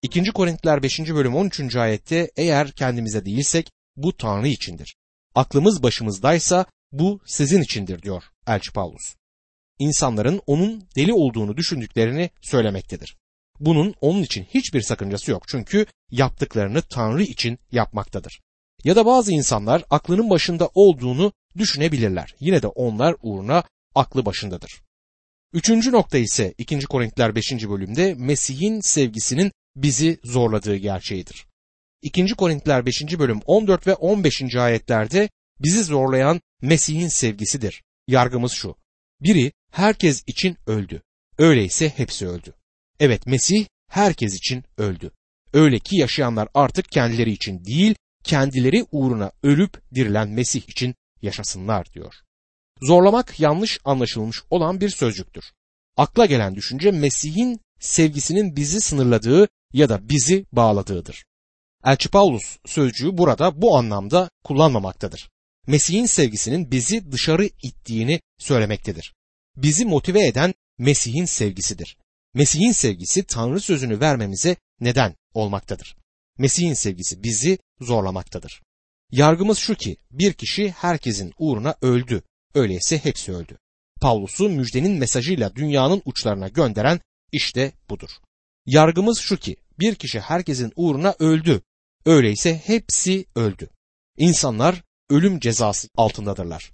2. Korintiler 5. bölüm 13. ayette eğer kendimize değilsek bu Tanrı içindir. Aklımız başımızdaysa bu sizin içindir diyor Elçi Pavlus. İnsanların onun deli olduğunu düşündüklerini söylemektedir. Bunun onun için hiçbir sakıncası yok çünkü yaptıklarını Tanrı için yapmaktadır. Ya da bazı insanlar aklının başında olduğunu düşünebilirler. Yine de onlar uğruna aklı başındadır. 3. nokta ise 2. Korintiler 5. bölümde Mesih'in sevgisinin bizi zorladığı gerçeğidir. 2. Korintiler 5. bölüm 14 ve 15. ayetlerde bizi zorlayan Mesih'in sevgisidir. Yargımız şu: biri herkes için öldü. Öyleyse hepsi öldü. Evet, Mesih herkes için öldü. Öyle ki yaşayanlar artık kendileri için değil, kendileri uğruna ölüp dirilen Mesih için yaşasınlar diyor. Zorlamak yanlış anlaşılmış olan bir sözcüktür. Akla gelen düşünce Mesih'in sevgisinin bizi sınırladığı ya da bizi bağladığıdır. Elçi Pavlus sözcüğü burada bu anlamda kullanmamaktadır. Mesih'in sevgisinin bizi dışarı ittiğini söylemektedir. Bizi motive eden Mesih'in sevgisidir. Mesih'in sevgisi Tanrı sözünü vermemize neden olmaktadır. Mesih'in sevgisi bizi zorlamaktadır. Yargımız şu ki bir kişi herkesin uğruna öldü. Öyleyse hepsi öldü. Pavlus'u müjdenin mesajıyla dünyanın uçlarına gönderen işte budur. Yargımız şu ki bir kişi herkesin uğruna öldü. Öyleyse hepsi öldü. İnsanlar ölüm cezası altındadırlar.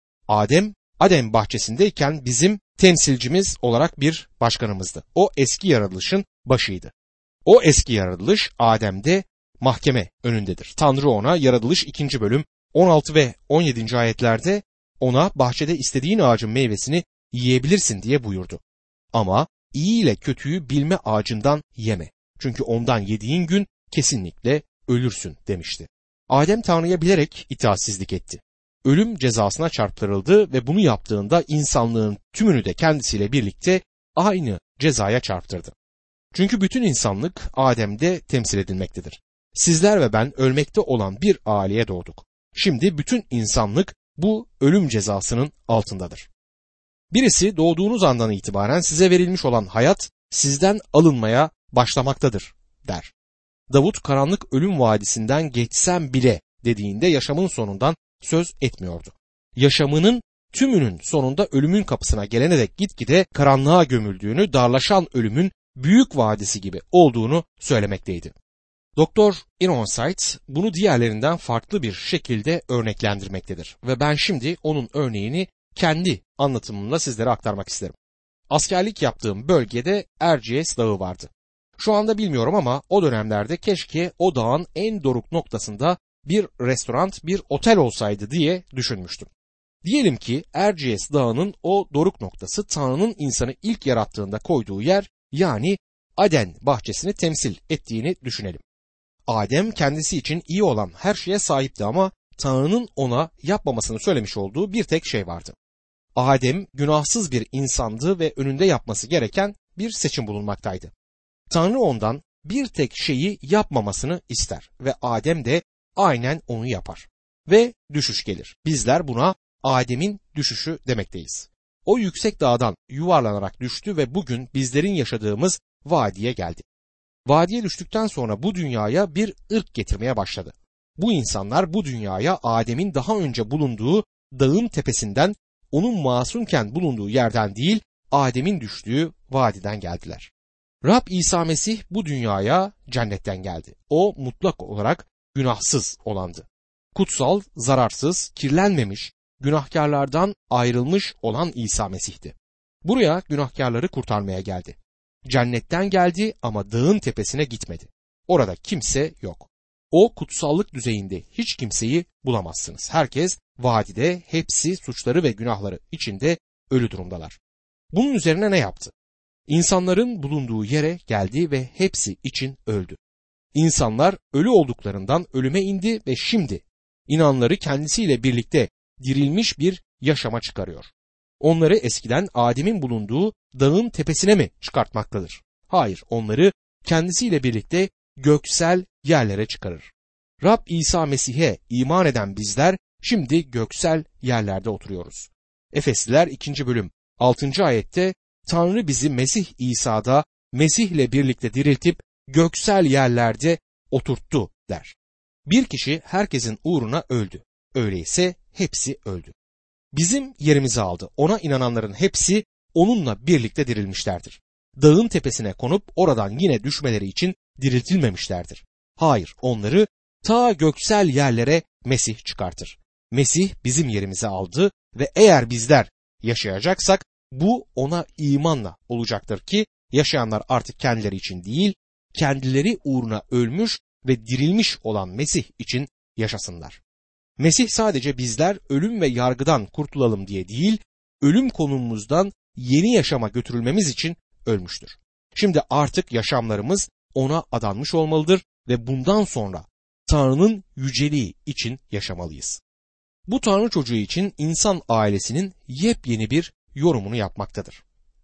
Adem bahçesindeyken bizim temsilcimiz olarak bir başkanımızdı. O eski yaratılışın başıydı. O eski yaratılış Adem'de mahkeme önündedir. Tanrı ona Yaratılış 2. bölüm 16 ve 17. ayetlerde ona bahçede istediğin ağacın meyvesini yiyebilirsin diye buyurdu. Ama iyi ile kötüyü bilme ağacından yeme. Çünkü ondan yediğin gün kesinlikle ölürsün demişti. Adem Tanrı'ya bilerek itaatsizlik etti. Ölüm cezasına çarptırıldı ve bunu yaptığında insanlığın tümünü de kendisiyle birlikte aynı cezaya çarptırdı. Çünkü bütün insanlık Adem'de temsil edilmektedir. Sizler ve ben ölmekte olan bir aileye doğduk. Şimdi bütün insanlık bu ölüm cezasının altındadır. Birisi doğduğunuz andan itibaren size verilmiş olan hayat sizden alınmaya başlamaktadır der. Davut karanlık ölüm vadisinden geçsem bile dediğinde yaşamın sonundan söz etmiyordu. Yaşamının tümünün sonunda ölümün kapısına gelene dek gitgide karanlığa gömüldüğünü, darlaşan ölümün büyük vadisi gibi olduğunu söylemekteydi. Doktor Ironside bunu diğerlerinden farklı bir şekilde örneklendirmektedir ve ben şimdi onun örneğini kendi anlatımımla sizlere aktarmak isterim. Askerlik yaptığım bölgede Erciyes Dağı vardı. Şu anda bilmiyorum ama o dönemlerde keşke o dağın en doruk noktasında bir restoran, bir otel olsaydı diye düşünmüştüm. Diyelim ki Erciyes Dağı'nın o doruk noktası Tanrı'nın insanı ilk yarattığında koyduğu yer, yani Aden bahçesini temsil ettiğini düşünelim. Adem kendisi için iyi olan her şeye sahipti ama Tanrı'nın ona yapmamasını söylemiş olduğu bir tek şey vardı. Adem günahsız bir insandı ve önünde yapması gereken bir seçim bulunmaktaydı. Tanrı ondan bir tek şeyi yapmamasını ister ve Adem de aynen onu yapar. Ve düşüş gelir. Bizler buna Adem'in düşüşü demekteyiz. O yüksek dağdan yuvarlanarak düştü ve bugün bizlerin yaşadığımız vadiye geldi. Vadiye düştükten sonra bu dünyaya bir ırk getirmeye başladı. Bu insanlar bu dünyaya Adem'in daha önce bulunduğu dağın tepesinden, onun masumken bulunduğu yerden değil, Adem'in düştüğü vadiden geldiler. Rab İsa Mesih bu dünyaya cennetten geldi. O mutlak olarak günahsız olandı. Kutsal, zararsız, kirlenmemiş, günahkarlardan ayrılmış olan İsa Mesih'ti. Buraya günahkarları kurtarmaya geldi. Cennetten geldi ama dağın tepesine gitmedi. Orada kimse yok. O kutsallık düzeyinde hiç kimseyi bulamazsınız. Herkes vadide, hepsi suçları ve günahları içinde ölü durumdalar. Bunun üzerine ne yaptı? İnsanların bulunduğu yere geldi ve hepsi için öldü. İnsanlar ölü olduklarından ölüme indi ve şimdi inanları kendisiyle birlikte dirilmiş bir yaşama çıkarıyor. Onları eskiden Adem'in bulunduğu dağın tepesine mi çıkartmaktadır? Hayır, onları kendisiyle birlikte göksel yerlere çıkarır. Rab İsa Mesih'e iman eden bizler şimdi göksel yerlerde oturuyoruz. Efesliler 2. bölüm 6. ayette Tanrı bizi Mesih İsa'da Mesih'le birlikte diriltip göksel yerlerde oturttu der. Bir kişi herkesin uğruna öldü. Öyleyse hepsi öldü. Bizim yerimizi aldı. Ona inananların hepsi onunla birlikte dirilmişlerdir. Dağın tepesine konup oradan yine düşmeleri için diriltilmemişlerdir. Hayır, onları ta göksel yerlere Mesih çıkartır. Mesih bizim yerimizi aldı ve eğer bizler yaşayacaksak bu ona imanla olacaktır ki yaşayanlar artık kendileri için değil, kendileri uğruna ölmüş ve dirilmiş olan Mesih için yaşasınlar. Mesih sadece bizler ölüm ve yargıdan kurtulalım diye değil, ölüm konumumuzdan yeni yaşama götürülmemiz için ölmüştür. Şimdi artık yaşamlarımız ona adanmış olmalıdır ve bundan sonra Tanrı'nın yüceliği için yaşamalıyız. Bu Tanrı çocuğu için insan ailesinin yepyeni bir yorumunu yapmaktadır.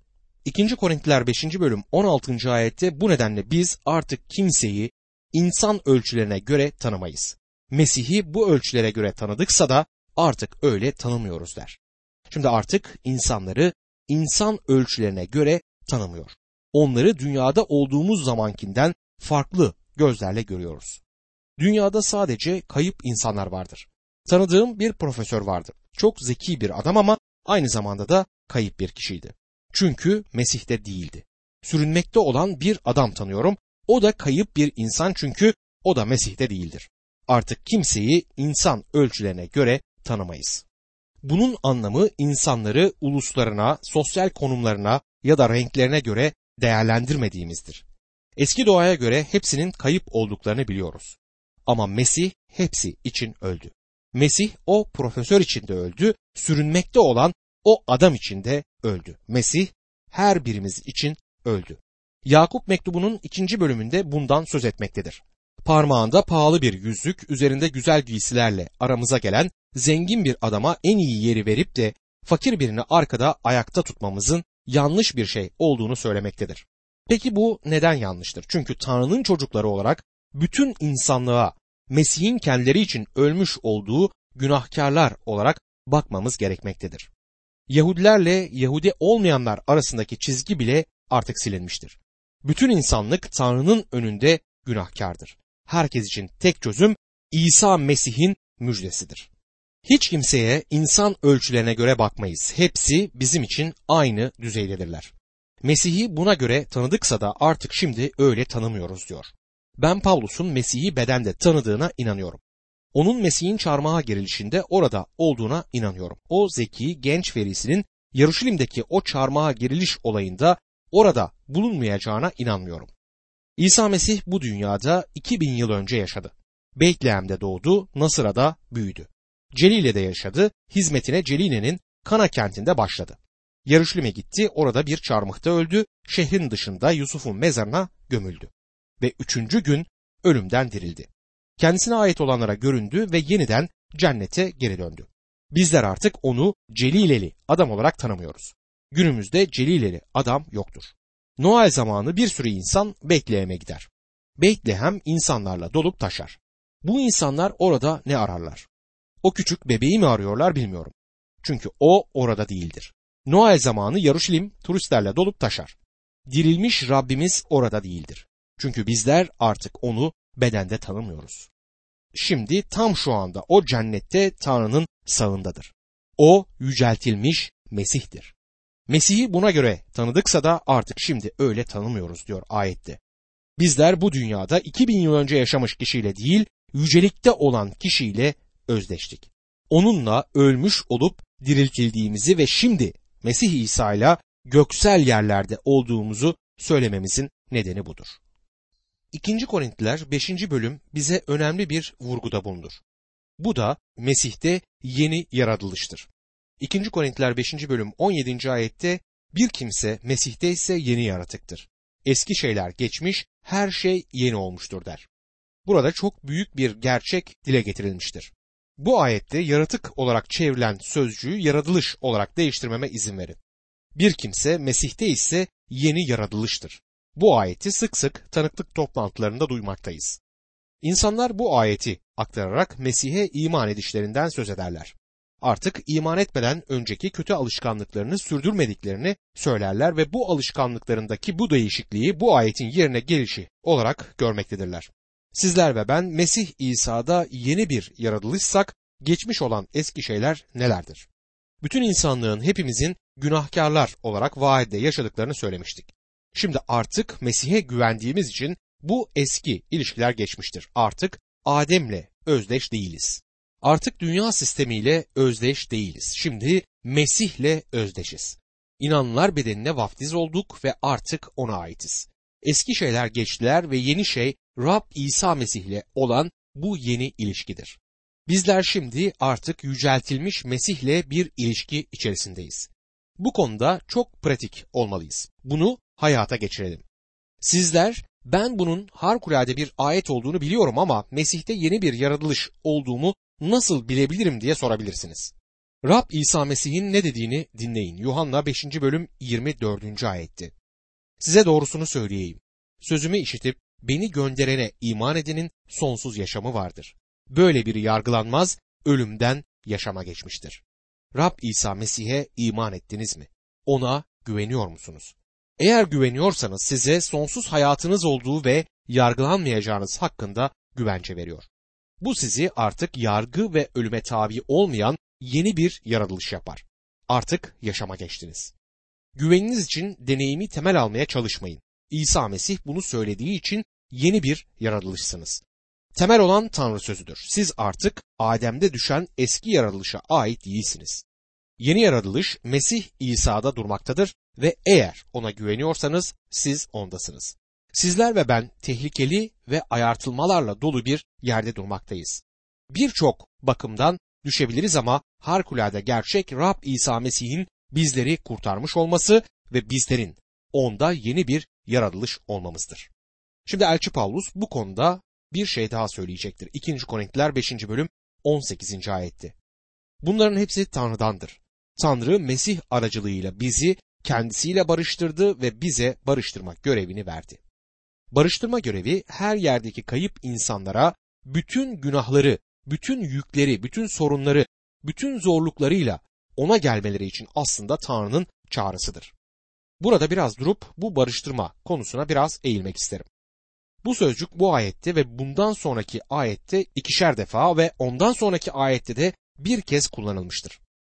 2. Korintiler 5. bölüm 16. ayette bu nedenle biz artık kimseyi insan ölçülerine göre tanımayız. Mesih'i bu ölçülere göre tanıdıksa da artık öyle tanımıyoruz der. Şimdi artık insanları insan ölçülerine göre tanımıyor. Onları dünyada olduğumuz zamankinden farklı gözlerle görüyoruz. Dünyada sadece kayıp insanlar vardır. Tanıdığım bir profesör vardı. Çok zeki bir adam ama aynı zamanda da kayıp bir kişiydi. Çünkü Mesih'te değildi. Sürünmekte olan bir adam tanıyorum. O da kayıp bir insan çünkü o da Mesih'te değildir. Artık kimseyi insan ölçülerine göre tanımayız. Bunun anlamı insanları uluslarına, sosyal konumlarına ya da renklerine göre değerlendirmediğimizdir. Eski doğaya göre hepsinin kayıp olduklarını biliyoruz. Ama Mesih hepsi için öldü. Mesih o profesör için de öldü, sürünmekte olan o adam için de öldü. Mesih her birimiz için öldü. Yakup mektubunun 2. bölümünde bundan söz etmektedir. Parmağında pahalı bir yüzük, üzerinde güzel giysilerle aramıza gelen zengin bir adama en iyi yeri verip de fakir birini arkada ayakta tutmamızın yanlış bir şey olduğunu söylemektedir. Peki bu neden yanlıştır? Çünkü Tanrı'nın çocukları olarak bütün insanlığa Mesih'in kendileri için ölmüş olduğu günahkarlar olarak bakmamız gerekmektedir. Yahudilerle Yahudi olmayanlar arasındaki çizgi bile artık silinmiştir. Bütün insanlık Tanrı'nın önünde günahkardır. Herkes için tek çözüm İsa Mesih'in müjdesidir. Hiç kimseye insan ölçülerine göre bakmayız. Hepsi bizim için aynı düzeydedirler. Mesih'i buna göre tanıdıksa da artık şimdi öyle tanımıyoruz diyor. Ben Pavlus'un Mesih'i bedende tanıdığına inanıyorum. Onun Mesih'in çarmıha gerilişinde orada olduğuna inanıyorum. O zeki genç verisinin Yaruşilim'deki o çarmıha geriliş olayında orada bulunmayacağına inanmıyorum. İsa Mesih bu dünyada 2000 yıl önce yaşadı. Betlehem'de doğdu, Nasıra'da büyüdü. Celile'de yaşadı, hizmetine Celile'nin Kana kentinde başladı. Yaruşilim'e gitti, orada bir çarmıhta öldü, şehrin dışında Yusuf'un mezarına gömüldü. Ve 3. gün ölümden dirildi. Kendisine ait olanlara göründü ve yeniden cennete geri döndü. Bizler artık onu Celileli adam olarak tanımıyoruz. Günümüzde Celileli adam yoktur. Noel zamanı bir sürü insan Betlehem'e gider. Betlehem insanlarla dolup taşar. Bu insanlar orada ne ararlar? O küçük bebeği mi arıyorlar bilmiyorum. Çünkü o orada değildir. Noel zamanı Yaruşilim turistlerle dolup taşar. Dirilmiş Rabbimiz orada değildir. Çünkü bizler artık onu bedende tanımıyoruz. Şimdi tam şu anda o cennette Tanrı'nın sağındadır. O yüceltilmiş Mesih'tir. Mesih'i buna göre tanıdıksa da artık şimdi öyle tanımıyoruz diyor ayette. Bizler bu dünyada 2000 yıl önce yaşamış kişiyle değil, yücelikte olan kişiyle özdeştik. Onunla ölmüş olup diriltildiğimizi ve şimdi Mesih İsa ile göksel yerlerde olduğumuzu söylememizin nedeni budur. 2. Korintiler 5. bölüm bize önemli bir vurguda bulunur. Bu da Mesih'te yeni yaratılıştır. 2. Korintiler 5. bölüm 17. ayette bir kimse Mesih'te ise yeni yaratıktır. Eski şeyler geçmiş, her şey yeni olmuştur der. Burada çok büyük bir gerçek dile getirilmiştir. Bu ayette yaratık olarak çevrilen sözcüğü yaratılış olarak değiştirmeme izin verin. Bir kimse Mesih'te ise yeni yaratılıştır. Bu ayeti sık sık tanıklık toplantılarında duymaktayız. İnsanlar bu ayeti aktararak Mesih'e iman edişlerinden söz ederler. artık iman etmeden önceki kötü alışkanlıklarını sürdürmediklerini söylerler ve bu alışkanlıklarındaki bu değişikliği bu ayetin yerine gelişi olarak görmektedirler. Sizler ve ben Mesih İsa'da yeni bir yaratılışsak geçmiş olan eski şeyler nelerdir? Bütün insanlığın hepimizin günahkarlar olarak vaadde yaşadıklarını söylemiştik. Şimdi artık Mesih'e güvendiğimiz için bu eski ilişkiler geçmiştir. Artık Adem'le özdeş değiliz. Artık dünya sistemiyle özdeş değiliz. Şimdi Mesih'le özdeşiz. İnananlar bedenine vaftiz olduk ve artık ona aitiz. Eski şeyler geçtiler ve yeni şey Rab İsa Mesih'le olan bu yeni ilişkidir. Bizler şimdi artık yüceltilmiş Mesih'le bir ilişki içerisindeyiz. Bu konuda çok pratik olmalıyız. Bunu hayata geçirelim. Sizler, ben bunun harikulade bir ayet olduğunu biliyorum ama Mesih'te yeni bir yaratılış olduğumu nasıl bilebilirim diye sorabilirsiniz. Rab İsa Mesih'in ne dediğini dinleyin. Yuhanna 5. bölüm 24. ayetti. Size doğrusunu söyleyeyim. Sözümü işitip beni gönderene iman edenin sonsuz yaşamı vardır. Böyle biri yargılanmaz, ölümden yaşama geçmiştir. Rab İsa Mesih'e iman ettiniz mi? Ona güveniyor musunuz? Eğer güveniyorsanız size sonsuz hayatınız olduğu ve yargılanmayacağınız hakkında güvence veriyor. Bu sizi artık yargı ve ölüme tabi olmayan yeni bir yaratılış yapar. Artık yaşama geçtiniz. Güveniniz için deneyimi temel almaya çalışmayın. İsa Mesih bunu söylediği için yeni bir yaratılışsınız. Temel olan Tanrı sözüdür. Siz artık Adem'de düşen eski yaratılışa ait değilsiniz. Yeni yaratılış Mesih İsa'da durmaktadır ve eğer ona güveniyorsanız siz ondasınız. Sizler ve ben tehlikeli ve ayartılmalarla dolu bir yerde durmaktayız. Birçok bakımdan düşebiliriz ama harikulade gerçek Rab İsa Mesih'in bizleri kurtarmış olması ve bizlerin onda yeni bir yaratılış olmamızdır. Şimdi Elçi Pavlus bu konuda bir şey daha söyleyecektir. 2. Korintiler 5. bölüm 18. ayetti. Bunların hepsi Tanrı'dandır. Tanrı Mesih aracılığıyla bizi kendisiyle barıştırdı ve bize barıştırmak görevini verdi. Barıştırma görevi her yerdeki kayıp insanlara bütün günahları, bütün yükleri, bütün sorunları, bütün zorluklarıyla ona gelmeleri için aslında Tanrı'nın çağrısıdır. Burada biraz durup bu barıştırma konusuna biraz eğilmek isterim. Bu sözcük bu ayette ve bundan sonraki ayette 2'şer defa ve ondan sonraki ayette de bir kez kullanılmıştır.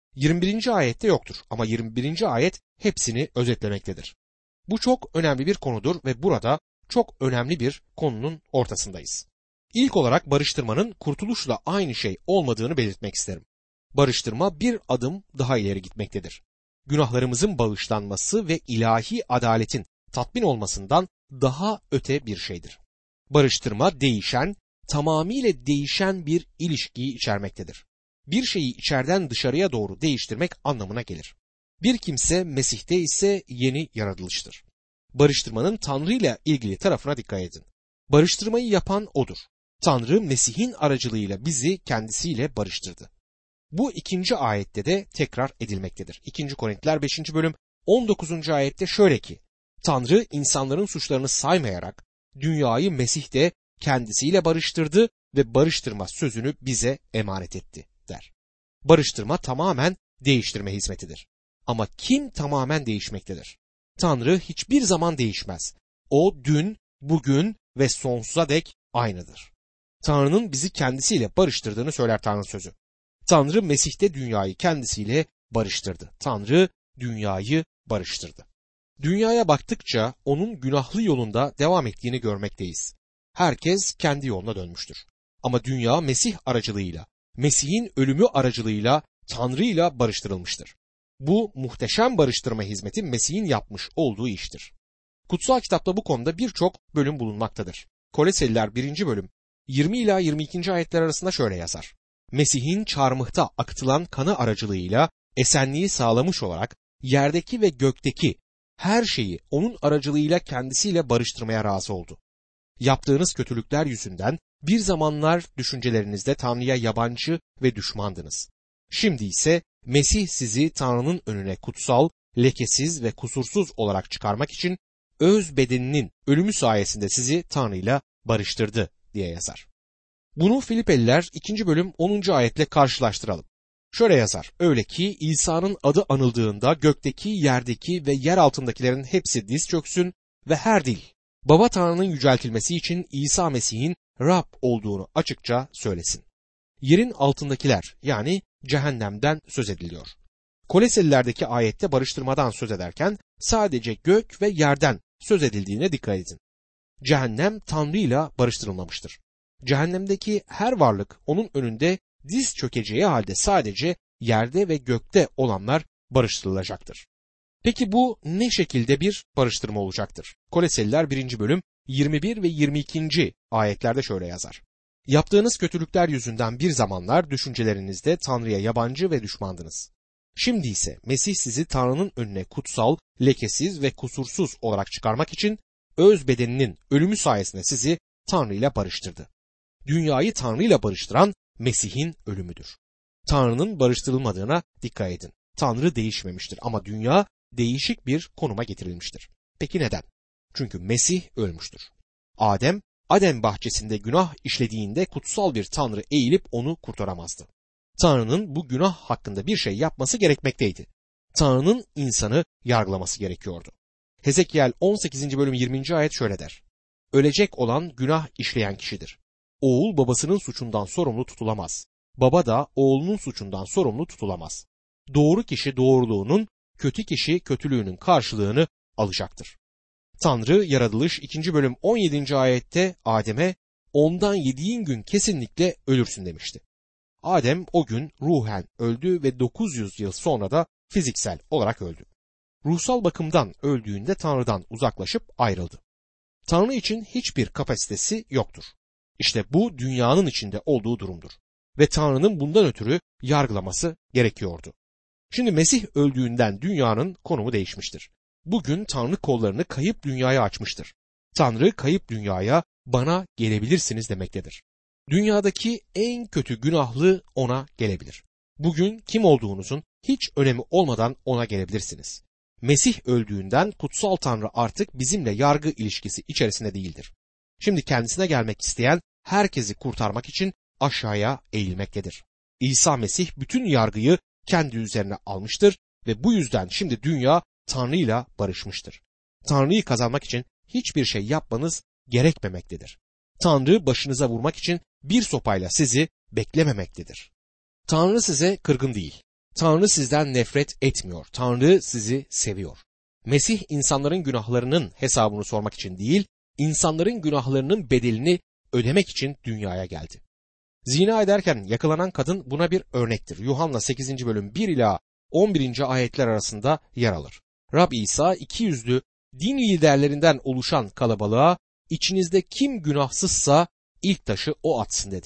21. ayette yoktur ama 21. ayet hepsini özetlemektedir. Bu çok önemli bir konudur ve burada çok önemli bir konunun ortasındayız. İlk olarak barıştırmanın kurtuluşla aynı şey olmadığını belirtmek isterim. Barıştırma bir adım daha ileri gitmektedir. Günahlarımızın bağışlanması ve ilahi adaletin tatmin olmasından daha öte bir şeydir. Barıştırma değişen, tamamıyla değişen bir ilişkiyi içermektedir. Bir şeyi içeriden dışarıya doğru değiştirmek anlamına gelir. Bir kimse Mesih'te ise yeni yaratılıştır. Barıştırmanın Tanrı ile ilgili tarafına dikkat edin. Barıştırmayı yapan O'dur. Tanrı Mesih'in aracılığıyla bizi kendisiyle barıştırdı. Bu 2. ayette de tekrar edilmektedir. 2. Korintiler 5. bölüm 19. ayette şöyle ki, Tanrı insanların suçlarını saymayarak dünyayı Mesih'te kendisiyle barıştırdı ve barıştırma sözünü bize emanet etti der. Barıştırma tamamen değiştirme hizmetidir. Ama kim tamamen değişmektedir? Tanrı hiçbir zaman değişmez. O dün, bugün ve sonsuza dek aynıdır. Tanrı'nın bizi kendisiyle barıştırdığını söyler Tanrı sözü. Tanrı Mesih'te dünyayı kendisiyle barıştırdı. Tanrı dünyayı barıştırdı. Dünyaya baktıkça onun günahlı yolunda devam ettiğini görmekteyiz. Herkes kendi yoluna dönmüştür. Ama dünya Mesih aracılığıyla, Mesih'in ölümü aracılığıyla Tanrı'yla barıştırılmıştır. Bu muhteşem barıştırma hizmeti Mesih'in yapmış olduğu iştir. Kutsal kitapta bu konuda birçok bölüm bulunmaktadır. Koloseliler 1. bölüm 20 ila 22. ayetler arasında şöyle yazar. Mesih'in çarmıhta akıtılan kanı aracılığıyla esenliği sağlamış olarak yerdeki ve gökteki her şeyi onun aracılığıyla kendisiyle barıştırmaya razı oldu. Yaptığınız kötülükler yüzünden bir zamanlar düşüncelerinizde Tanrı'ya yabancı ve düşmandınız. Şimdi ise Mesih sizi Tanrı'nın önüne kutsal, lekesiz ve kusursuz olarak çıkarmak için öz bedeninin ölümü sayesinde sizi Tanrı'yla barıştırdı diye yazar. Bunu Filipeliler 2. bölüm 10. ayetle karşılaştıralım. Şöyle yazar: öyle ki İsa'nın adı anıldığında gökteki, yerdeki ve yer altındakilerin hepsi diz çöksün ve her dil Baba Tanrı'nın yüceltilmesi için İsa Mesih'in Rab olduğunu açıkça söylesin. Yerin altındakiler yani cehennemden söz ediliyor. Koleselilerdeki ayette barıştırmadan söz ederken sadece gök ve yerden söz edildiğine dikkat edin. Cehennem Tanrı'yla barıştırılmamıştır. Cehennemdeki her varlık onun önünde diz çökeceği halde sadece yerde ve gökte olanlar barıştırılacaktır. Peki bu ne şekilde bir barıştırma olacaktır? Koleseliler 1. bölüm 21 ve 22. ayetlerde şöyle yazar: Yaptığınız kötülükler yüzünden bir zamanlar düşüncelerinizde Tanrı'ya yabancı ve düşmandınız. Şimdi ise Mesih sizi Tanrı'nın önüne kutsal, lekesiz ve kusursuz olarak çıkarmak için öz bedeninin ölümü sayesinde sizi Tanrı ile barıştırdı. Dünyayı Tanrı ile barıştıran Mesih'in ölümüdür. Tanrı'nın barıştırılmadığına dikkat edin. Tanrı değişmemiştir ama dünya değişik bir konuma getirilmiştir. Peki neden? Çünkü Mesih ölmüştür. Adem bahçesinde günah işlediğinde kutsal bir Tanrı eğilip onu kurtaramazdı. Tanrı'nın bu günah hakkında bir şey yapması gerekmekteydi. Tanrı'nın insanı yargılaması gerekiyordu. Hezekiel 18. bölüm 20. ayet şöyle der: Ölecek olan günah işleyen kişidir. Oğul babasının suçundan sorumlu tutulamaz. Baba da oğlunun suçundan sorumlu tutulamaz. Doğru kişi doğruluğunun, kötü kişi kötülüğünün karşılığını alacaktır. Tanrı Yaratılış 2. bölüm 17. ayette Adem'e ondan yediğin gün kesinlikle ölürsün demişti. Adem o gün ruhen öldü ve 900 yıl sonra da fiziksel olarak öldü. Ruhsal bakımdan öldüğünde Tanrı'dan uzaklaşıp ayrıldı. Tanrı için hiçbir kapasitesi yoktur. İşte bu dünyanın içinde olduğu durumdur. Ve Tanrı'nın bundan ötürü yargılaması gerekiyordu. Şimdi Mesih öldüğünden dünyanın konumu değişmiştir. Bugün Tanrı kollarını kayıp dünyaya açmıştır. Tanrı kayıp dünyaya bana gelebilirsiniz demektedir. Dünyadaki en kötü günahlı ona gelebilir. Bugün kim olduğunuzun hiç önemi olmadan ona gelebilirsiniz. Mesih öldüğünden kutsal Tanrı artık bizimle yargı ilişkisi içerisinde değildir. Şimdi kendisine gelmek isteyen herkesi kurtarmak için aşağıya eğilmektedir. İsa Mesih bütün yargıyı kendi üzerine almıştır ve bu yüzden şimdi dünya Tanrı'yla barışmıştır. Tanrı'yı kazanmak için hiçbir şey yapmanız gerekmemektedir. Tanrı başınıza vurmak için bir sopayla sizi beklememektedir. Tanrı size kırgın değil. Tanrı sizden nefret etmiyor. Tanrı sizi seviyor. Mesih insanların günahlarının hesabını sormak için değil, insanların günahlarının bedelini ödemek için dünyaya geldi. Zina ederken yakalanan kadın buna bir örnektir. Yuhanna 8. bölüm 1 ila 11. ayetler arasında yer alır. Rab İsa ikiyüzlü din liderlerinden oluşan kalabalığa içinizde kim günahsızsa ilk taşı o atsın dedi.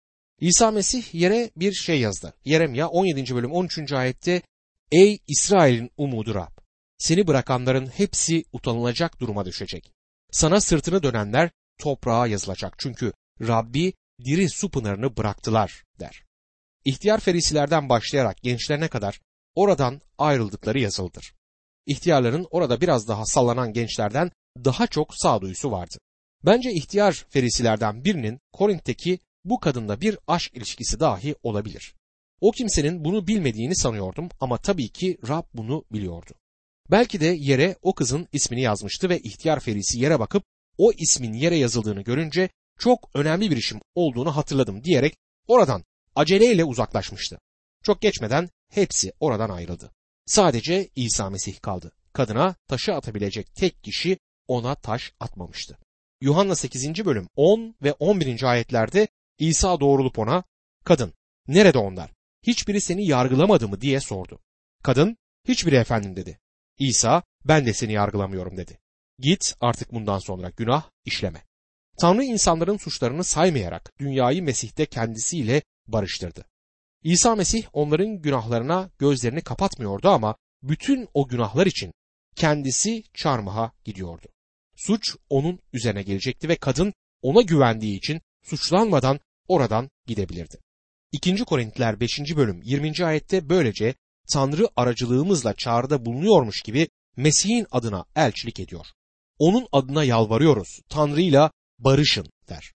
İsa Mesih yere bir şey yazdı. Yeremya 17. bölüm 13. ayette Ey İsrail'in umudu Rab! Seni bırakanların hepsi utanılacak duruma düşecek. Sana sırtını dönenler toprağa yazılacak. Çünkü Rabbi diri su pınarını bıraktılar der. İhtiyar ferisilerden başlayarak gençlerine kadar oradan ayrıldıkları yazılıdır. İhtiyarların orada biraz daha sallanan gençlerden daha çok sağduyusu vardı. Bence ihtiyar ferisilerden birinin Korint'teki bu kadınla bir aşk ilişkisi dahi olabilir. O kimsenin bunu bilmediğini sanıyordum ama tabii ki Rab bunu biliyordu. Belki de yere o kızın ismini yazmıştı ve ihtiyar ferisi yere bakıp o ismin yere yazıldığını görünce çok önemli bir işim olduğunu hatırladım diyerek oradan aceleyle uzaklaşmıştı. Çok geçmeden hepsi oradan ayrıldı. Sadece İsa Mesih kaldı. Kadına taşı atabilecek tek kişi ona taş atmamıştı. Yuhanna 8. bölüm 10 ve 11. ayetlerde İsa doğrulup ona, "Kadın, nerede onlar? Hiçbiri seni yargılamadı mı?" diye sordu. Kadın, "Hiçbiri efendim" dedi. İsa, "Ben de seni yargılamıyorum" dedi. "Git, artık bundan sonra günah işleme." Tanrı insanların suçlarını saymayarak dünyayı Mesih'te kendisiyle barıştırdı. İsa Mesih onların günahlarına gözlerini kapatmıyordu ama bütün o günahlar için kendisi çarmıha gidiyordu. Suç onun üzerine gelecekti ve kadın ona güvendiği için suçlanmadan oradan gidebilirdi. 2. Korintiler 5. bölüm 20. ayette böylece Tanrı aracılığımızla çağrıda bulunuyormuş gibi Mesih'in adına elçilik ediyor. Onun adına yalvarıyoruz, Tanrı'yla barışın der.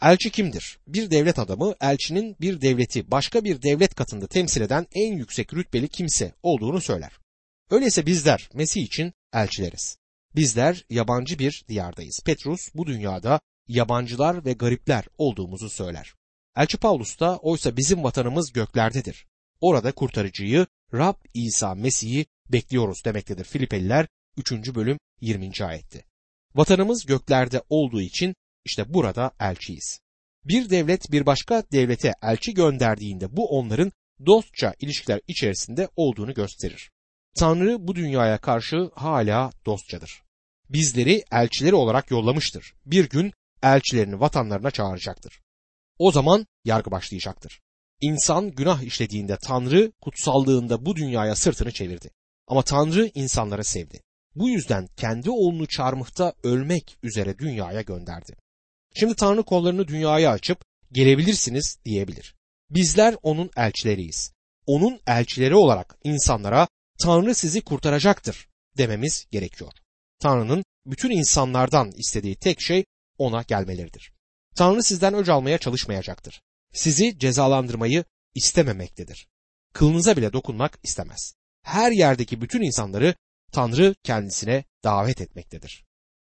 Elçi kimdir? Bir devlet adamı, elçinin bir devleti başka bir devlet katında temsil eden en yüksek rütbeli kimse olduğunu söyler. Öyleyse bizler Mesih için elçileriz. Bizler yabancı bir diyardayız. Petrus bu dünyada yabancılar ve garipler olduğumuzu söyler. Elçi Pavlus da oysa bizim vatanımız göklerdedir. Orada kurtarıcıyı Rab İsa Mesih'i bekliyoruz demektedir. Filipeliler 3. bölüm 20. ayette. Vatanımız göklerde olduğu için işte burada elçiyiz. Bir devlet bir başka devlete elçi gönderdiğinde bu onların dostça ilişkiler içerisinde olduğunu gösterir. Tanrı bu dünyaya karşı hala dostçadır. Bizleri elçileri olarak yollamıştır. Bir gün elçilerini vatanlarına çağıracaktır. O zaman yargı başlayacaktır. İnsan günah işlediğinde Tanrı kutsallığında bu dünyaya sırtını çevirdi. Ama Tanrı insanları sevdi. Bu yüzden kendi oğlunu çarmıhta ölmek üzere dünyaya gönderdi. Şimdi Tanrı kollarını dünyaya açıp gelebilirsiniz diyebilir. Bizler onun elçileriyiz. Onun elçileri olarak insanlara Tanrı sizi kurtaracaktır dememiz gerekiyor. Tanrı'nın bütün insanlardan istediği tek şey ona gelmeleridir. Tanrı sizden öc almaya çalışmayacaktır. Sizi cezalandırmayı istememektedir. Kılınıza bile dokunmak istemez. Her yerdeki bütün insanları Tanrı kendisine davet etmektedir.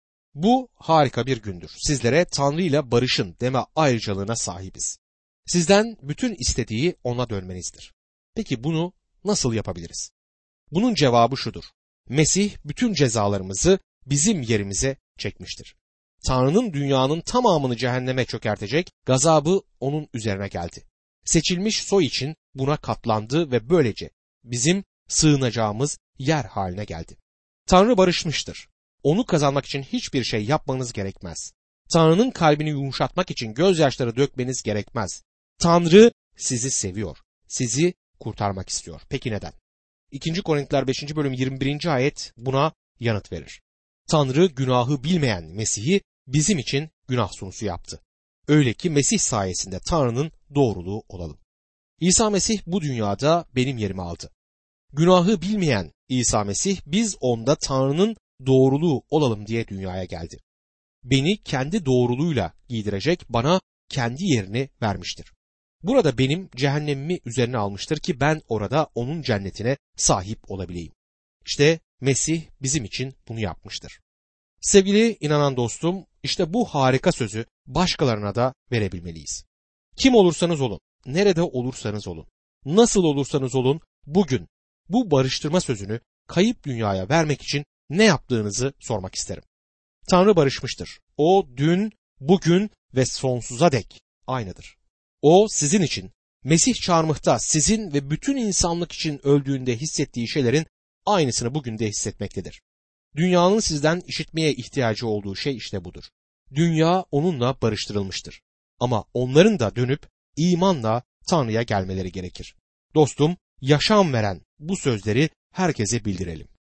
Bu harika bir gündür. Sizlere Tanrı ile barışın deme ayrıcalığına sahibiz. Sizden bütün istediği ona dönmenizdir. Peki bunu nasıl yapabiliriz? Bunun cevabı şudur. Mesih bütün cezalarımızı bizim yerimize çekmiştir. Tanrı'nın dünyanın tamamını cehenneme çökertecek gazabı onun üzerine geldi. Seçilmiş soy için buna katlandı ve böylece bizim sığınacağımız yer haline geldi. Tanrı barışmıştır. Onu kazanmak için hiçbir şey yapmanız gerekmez. Tanrı'nın kalbini yumuşatmak için gözyaşları dökmeniz gerekmez. Tanrı sizi seviyor. Sizi kurtarmak istiyor. Peki neden? 2. Korintiler 5. bölüm 21. ayet buna yanıt verir. Tanrı günahı bilmeyen Mesih'i bizim için günah sunusu yaptı. Öyle ki Mesih sayesinde Tanrı'nın doğruluğu olalım. İsa Mesih bu dünyada benim yerimi aldı. Günahı bilmeyen İsa Mesih biz onda Tanrı'nın doğruluğu olalım diye dünyaya geldi. Beni kendi doğruluğuyla giydirecek, bana kendi yerini vermiştir. Burada benim cehennemimi üzerine almıştır ki ben orada onun cennetine sahip olabileyim. İşte Mesih bizim için bunu yapmıştır. Sevgili inanan dostum, işte bu harika sözü başkalarına da verebilmeliyiz. Kim olursanız olun, nerede olursanız olun, nasıl olursanız olun bugün bu barıştırma sözünü kayıp dünyaya vermek için ne yaptığınızı sormak isterim. Tanrı barışmıştır. O dün, bugün ve sonsuza dek aynıdır. O sizin için Mesih çarmıhta sizin ve bütün insanlık için öldüğünde hissettiği şeylerin aynısını bugün de hissetmektedir. Dünyanın sizden işitmeye ihtiyacı olduğu şey işte budur. Dünya onunla barıştırılmıştır. Ama onların da dönüp imanla Tanrı'ya gelmeleri gerekir. Dostum, yaşam veren bu sözleri herkese bildirelim.